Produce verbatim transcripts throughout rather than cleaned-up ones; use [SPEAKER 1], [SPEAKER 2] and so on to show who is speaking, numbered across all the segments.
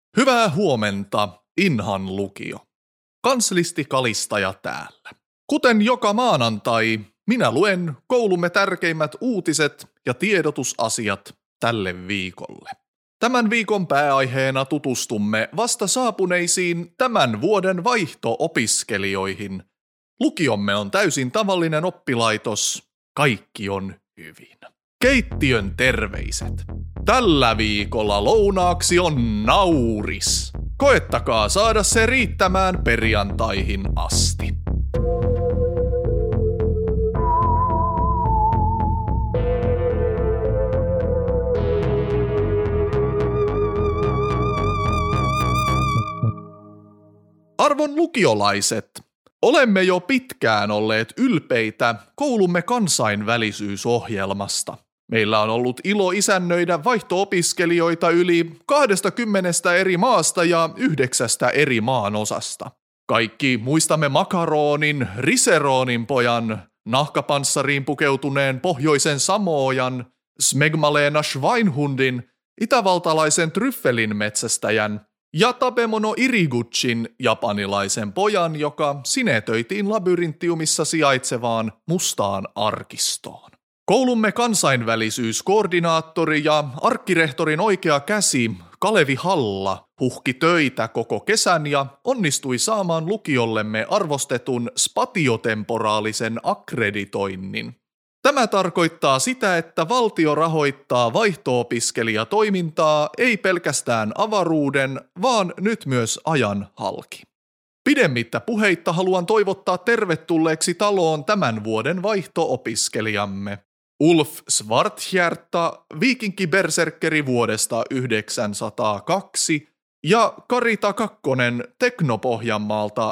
[SPEAKER 1] Hyvää huomenta, Inhan lukio. Kanslisti Kalistaja täällä. Kuten joka maanantai, minä luen koulumme tärkeimmät uutiset ja tiedotusasiat tälle viikolle. Tämän viikon pääaiheena tutustumme vasta saapuneisiin tämän vuoden vaihto-opiskelijoihin. Lukiomme on täysin tavallinen oppilaitos. Kaikki on hyvin. Keittiön terveiset. Tällä viikolla lounaaksi on nauris. Koettakaa saada se riittämään perjantaihin asti. Arvon lukiolaiset, olemme jo pitkään olleet ylpeitä koulumme kansainvälisyysohjelmasta. Meillä on ollut ilo isännöidä vaihto-opiskelijoita yli kaksikymmentä eri maasta ja yhdeksästä eri maanosasta. Kaikki muistamme Makaronin, Riseronin pojan, nahkapanssariin pukeutuneen pohjoisen Samojan, Smegmalena Schweinhundin, itävaltalaisen tryffelin metsästäjän ja Tabemono Irigutsin japanilaisen pojan, joka sinetöitiin labyrinttiumissa sijaitsevaan mustaan arkistoon. Koulumme kansainvälisyyskoordinaattori ja arkkirehtorin oikea käsi Kalevi Halla huhki töitä koko kesän ja onnistui saamaan lukiollemme arvostetun spatiotemporaalisen akkreditoinnin. Tämä tarkoittaa sitä, että valtio rahoittaa vaihto-opiskelijatoimintaa ei pelkästään avaruuden, vaan nyt myös ajan halki. Pidemmittä puheitta haluan toivottaa tervetulleeksi taloon tämän vuoden vaihto-opiskelijamme. Ulf Svarthjärta, viikinkiberserkkeri vuodesta yhdeksänsataakaksi ja Karita Kakkonen Teknopohjanmaalta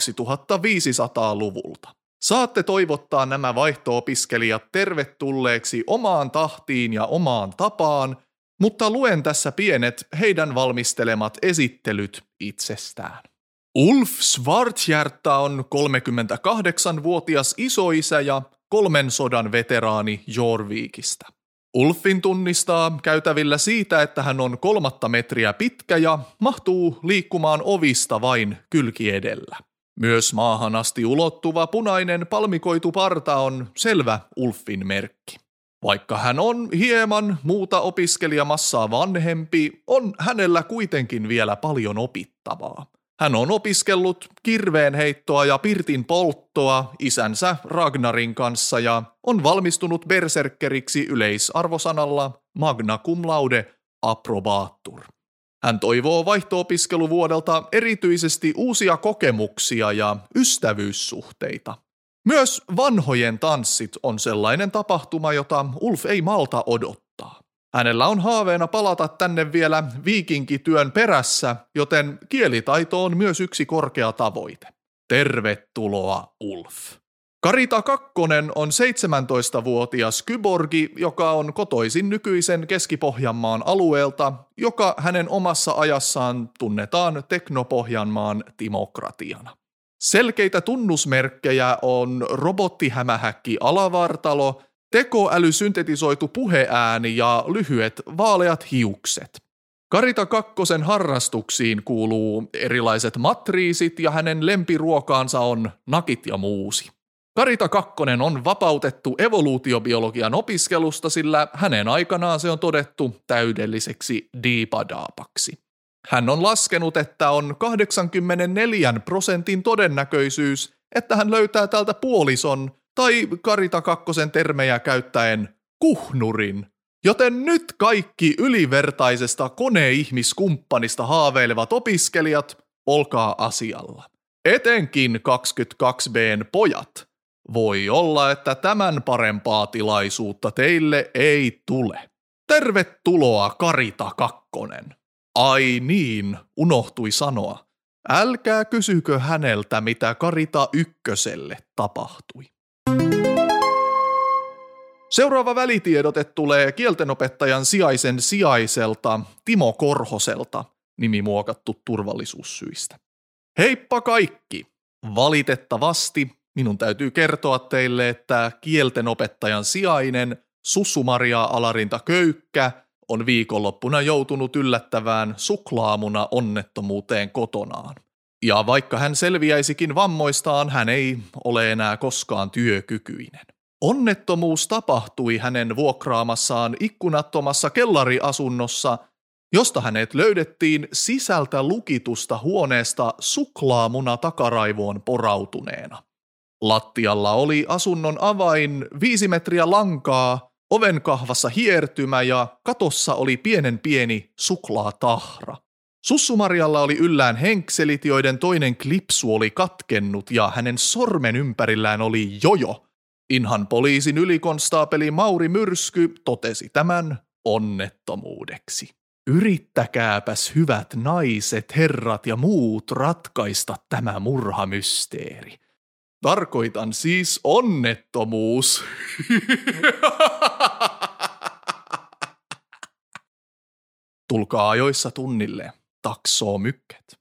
[SPEAKER 1] kaksituhattaviisisataaluvulta. Saatte toivottaa nämä vaihto-opiskelijat tervetulleeksi omaan tahtiin ja omaan tapaan, mutta luen tässä pienet heidän valmistelemat esittelyt itsestään. Ulf Svarthjärta on kolmekymmentäkahdeksanvuotias isoisä ja kolmen sodan veteraani Jorvikista. Ulfin tunnistaa käytävillä siitä, että hän on kolmatta metriä pitkä ja mahtuu liikkumaan ovista vain kylki edellä. Myös maahan asti ulottuva punainen palmikoitu parta on selvä Ulfin merkki. Vaikka hän on hieman muuta opiskelijamassaa vanhempi, on hänellä kuitenkin vielä paljon opittavaa. Hän on opiskellut kirveenheittoa ja pirtin polttoa isänsä Ragnarin kanssa ja on valmistunut berserkkeriksi yleisarvosanalla magna cum laude approbatur. Hän toivoo vaihto-opiskeluvuodelta erityisesti uusia kokemuksia ja ystävyyssuhteita. Myös vanhojen tanssit on sellainen tapahtuma, jota Ulf ei malta odottaa. Hänellä on haaveena palata tänne vielä viikinkityön perässä, joten kielitaito on myös yksi korkea tavoite. Tervetuloa, Ulf. Karita Kakkonen on seitsemäntoistavuotias kyborgi, joka on kotoisin nykyisen Keski-Pohjanmaan alueelta, joka hänen omassa ajassaan tunnetaan Teknopohjanmaan timokratiana. Selkeitä tunnusmerkkejä on robottihämähäkki alavartalo, tekoälysyntetisoitu puheääni ja lyhyet vaaleat hiukset. Karita Kakkosen harrastuksiin kuuluu erilaiset matriisit ja hänen lempiruokaansa on nakit ja muusi. Karita Kakkonen on vapautettu evoluutiobiologian opiskelusta, sillä hänen aikanaan se on todettu täydelliseksi diipadaapaksi. Hän on laskenut, että on kahdeksankymmentäneljä prosentin todennäköisyys, että hän löytää tältä puolison tai Karita Kakkosen termejä käyttäen kuhnurin. Joten nyt kaikki ylivertaisesta kone-ihmiskumppanista haaveilevat opiskelijat, olkaa asialla. Etenkin kaksikymmentäkaksi B:n pojat. Voi olla, että tämän parempaa tilaisuutta teille ei tule. Tervetuloa, Karita Kakkonen. Ai niin, unohtui sanoa. Älkää kysykö häneltä, mitä Karita Ykköselle tapahtui. Seuraava välitiedote tulee kieltenopettajan sijaisen sijaiselta Timo Korhoselta, nimi muokattu turvallisuussyistä. Heippa kaikki! Valitettavasti minun täytyy kertoa teille, että kieltenopettajan sijainen Sussu-Maria Alarinta Köykkä on viikonloppuna joutunut yllättävään suklaamuna onnettomuuteen kotonaan. Ja vaikka hän selviäisikin vammoistaan, hän ei ole enää koskaan työkykyinen. Onnettomuus tapahtui hänen vuokraamassaan ikkunattomassa kellariasunnossa, josta hänet löydettiin sisältä lukitusta huoneesta suklaamuna takaraivoon porautuneena. Lattialla oli asunnon avain, viisi metriä lankaa, ovenkahvassa hiertymä ja katossa oli pienen pieni suklaatahra. Sussumarjalla oli yllään henkselit, joiden toinen klipsu oli katkennut ja hänen sormen ympärillään oli jojo. Inhan poliisin ylikonstaapeli Mauri Myrsky totesi tämän onnettomuudeksi. Yrittäkääpäs hyvät naiset, herrat ja muut ratkaista tämä murhamysteeri. Tarkoitan siis onnettomuus. Tulkaa ajoissa tunnille, taksoo mykket.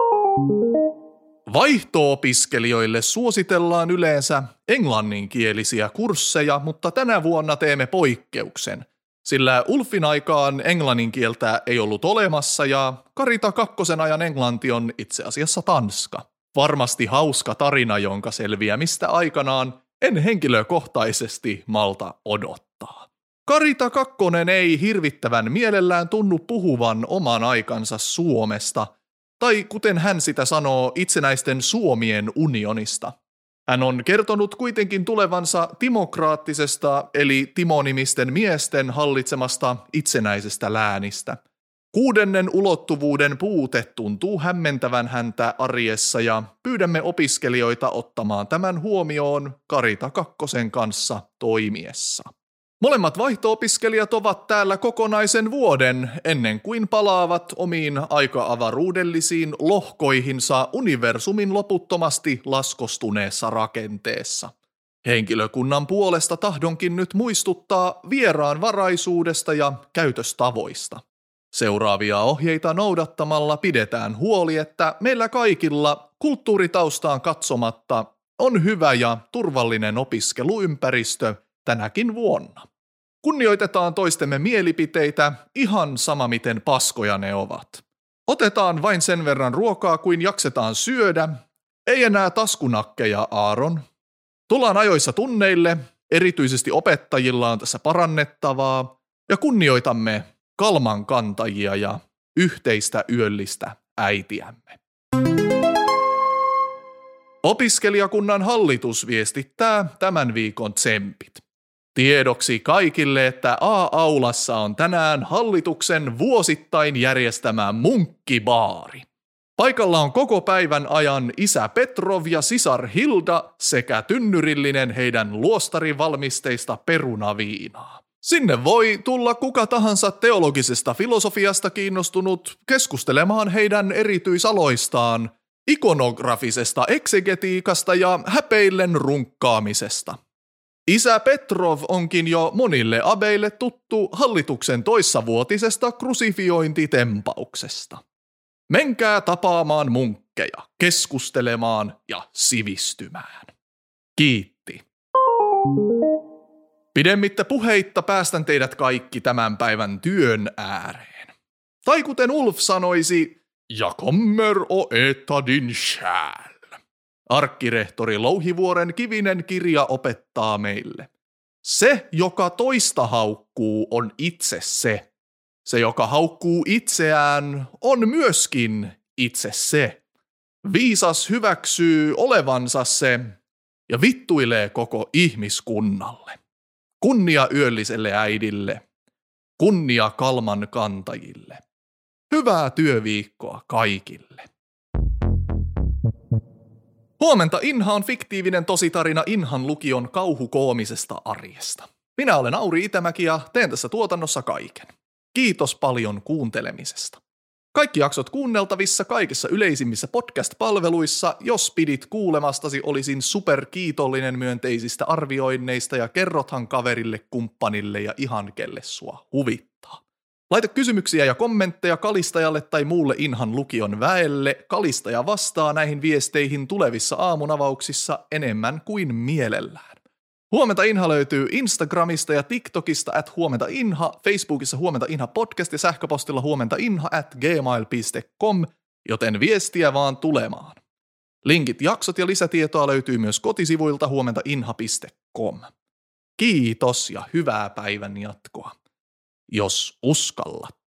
[SPEAKER 1] Vaihto-opiskelijoille suositellaan yleensä englanninkielisiä kursseja, mutta tänä vuonna teemme poikkeuksen, sillä Ulfin aikaan englanninkieltä ei ollut olemassa ja Karita kakkosen ajan englanti on itse asiassa tanska. Varmasti hauska tarina, jonka selviämistä aikanaan en henkilökohtaisesti malta odottaa. Karita kakkonen ei hirvittävän mielellään tunnu puhuvan oman aikansa Suomesta, tai kuten hän sitä sanoo, itsenäisten Suomien unionista. Hän on kertonut kuitenkin tulevansa demokraattisesta eli Timo-nimisten miesten hallitsemasta itsenäisestä läänistä. Kuudennen ulottuvuuden puute tuntuu hämmentävän häntä arjessa ja pyydämme opiskelijoita ottamaan tämän huomioon Karita kakkosen kanssa toimiessa. Molemmat vaihto-opiskelijat ovat täällä kokonaisen vuoden ennen kuin palaavat omiin aika-avaruudellisiin lohkoihinsa universumin loputtomasti laskostuneessa rakenteessa. Henkilökunnan puolesta tahdonkin nyt muistuttaa vieraanvaraisuudesta ja käytöstavoista. Seuraavia ohjeita noudattamalla pidetään huoli, että meillä kaikilla kulttuuritaustaan katsomatta on hyvä ja turvallinen opiskeluympäristö tänäkin vuonna. Kunnioitetaan toistemme mielipiteitä ihan sama miten paskoja ne ovat. Otetaan vain sen verran ruokaa kuin jaksetaan syödä. Ei enää taskunakkeja, Aaron. Tullaan ajoissa tunneille, erityisesti opettajilla on tässä parannettavaa, ja kunnioitamme kalman kantajia ja yhteistä yöllistä äitiämme. Opiskelijakunnan hallitus viestittää tämän viikon tsempit. Tiedoksi kaikille, että A-aulassa on tänään hallituksen vuosittain järjestämä munkkibaari. Paikalla on koko päivän ajan isä Petrov ja sisar Hilda sekä tynnyrillinen heidän luostarivalmisteista perunaviinaa. Sinne voi tulla kuka tahansa teologisesta filosofiasta kiinnostunut keskustelemaan heidän erityisaloistaan, ikonografisesta eksegetiikasta ja häpeillen runkkaamisesta. Isä Petrov onkin jo monille abeille tuttu hallituksen toissavuotisesta krusifiointitempauksesta. Menkää tapaamaan munkkeja, keskustelemaan ja sivistymään. Kiitti. Pidemmittä puheitta päästän teidät kaikki tämän päivän työn ääreen. Tai kuten Ulf sanoisi, ja kommer och äta din själ. Arkkirehtori Louhivuoren Kivinen kirja opettaa meille. Se, joka toista haukkuu, on itse se. Se, joka haukkuu itseään, on myöskin itse se. Viisas hyväksyy olevansa se ja vittuilee koko ihmiskunnalle. Kunnia yölliselle äidille. Kunnia kalman kantajille. Hyvää työviikkoa kaikille. Huomenta Inha on fiktiivinen tositarina Inhan lukion kauhukoomisesta arjesta. Minä olen Auri Itämäki ja teen tässä tuotannossa kaiken. Kiitos paljon kuuntelemisesta. Kaikki jaksot kuunneltavissa kaikissa yleisimmissä podcast-palveluissa. Jos pidit kuulemastasi, olisin superkiitollinen myönteisistä arvioinneista ja kerrothan kaverille, kumppanille ja ihan kelle sua huvittaa. Laita kysymyksiä ja kommentteja Kalistajalle tai muulle Inhan lukion väelle. Kalistaja vastaa näihin viesteihin tulevissa aamunavauksissa enemmän kuin mielellään. Huomenta Inha löytyy Instagramista ja TikTokista at huomenta inha, Facebookissa huomenta inha podcast ja sähköpostilla huomenta inha at gmail piste com, joten viestiä vaan tulemaan. Linkit, jaksot ja lisätietoa löytyy myös kotisivuilta huomenta inha piste com. Kiitos ja hyvää päivän jatkoa, jos uskallat.